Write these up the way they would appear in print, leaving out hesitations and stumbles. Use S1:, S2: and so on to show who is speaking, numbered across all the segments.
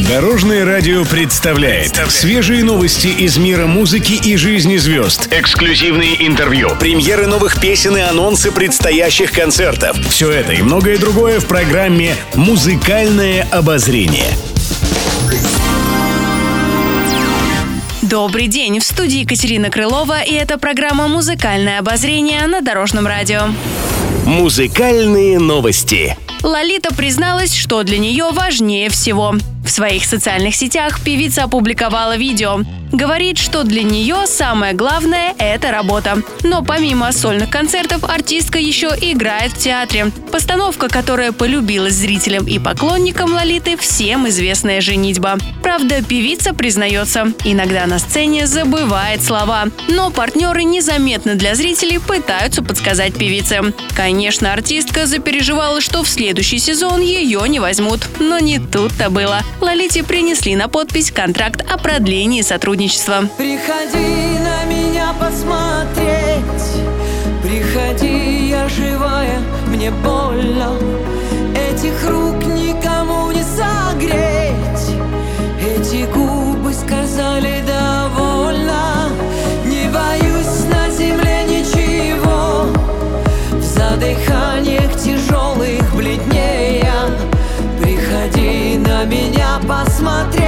S1: Дорожное радио представляет свежие новости из мира музыки и жизни звезд. Эксклюзивные интервью, премьеры новых песен и анонсы предстоящих концертов. Все это и многое другое в программе «Музыкальное обозрение».
S2: Добрый день, в студии Екатерина Крылова, и это программа «Музыкальное обозрение» на Дорожном радио.
S1: Музыкальные новости.
S2: Лолита призналась, что для нее важнее всего. В своих социальных сетях певица опубликовала видео. Говорит, что для нее самое главное – это работа. Но помимо сольных концертов, артистка еще играет в театре. Постановка, которая полюбилась зрителям и поклонникам Лолиты, всем известная «Женитьба». Правда, певица признается, иногда на сцене забывает слова. Но партнеры незаметно для зрителей пытаются подсказать певице. Конечно, артистка запереживала, что в следующий сезон ее не возьмут. Но не тут-то было. Лолите принесли на подпись контракт о продлении сотрудничества.
S3: Приходи на меня посмотреть, приходи, я живая, мне больно, этих рук никому не согреть, эти губы сказали довольно, не боюсь на земле ничего, в задыханиях тяжелых бледнея, приходи на меня посмотреть,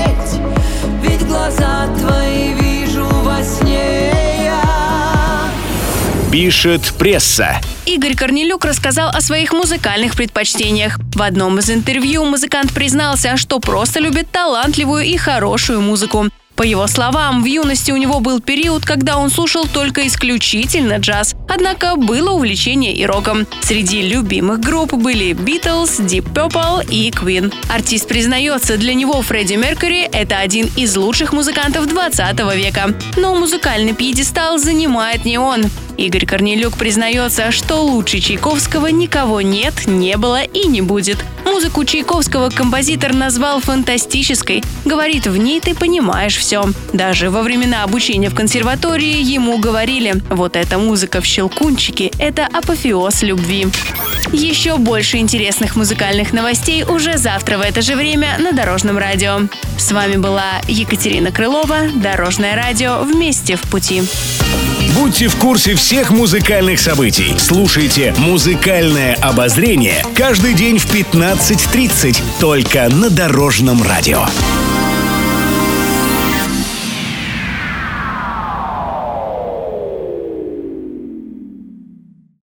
S3: ведь глаза твои вижу во сне я.
S1: Пишет пресса.
S2: Игорь Корнелюк рассказал о своих музыкальных предпочтениях. В одном из интервью музыкант признался, что просто любит талантливую и хорошую музыку. По его словам, в юности у него был период, когда он слушал только исключительно джаз. Однако было увлечение и роком. Среди любимых групп были Beatles, Deep Purple и Queen. Артист признается, для него Фредди Меркьюри – это один из лучших музыкантов 20 века. Но музыкальный пьедестал занимает не он. Игорь Корнелюк признается, что лучше Чайковского никого нет, не было и не будет. Музыку Чайковского композитор назвал фантастической. Говорит, в ней ты понимаешь все. Даже во времена обучения в консерватории ему говорили: вот эта музыка в «Щелкунчике» – это апофеоз любви. Еще больше интересных музыкальных новостей уже завтра в это же время на Дорожном радио. С вами была Екатерина Крылова, Дорожное радио, вместе в пути.
S1: Будьте в курсе всех музыкальных событий. Слушайте «Музыкальное обозрение» каждый день в 15:30 только на Дорожном радио.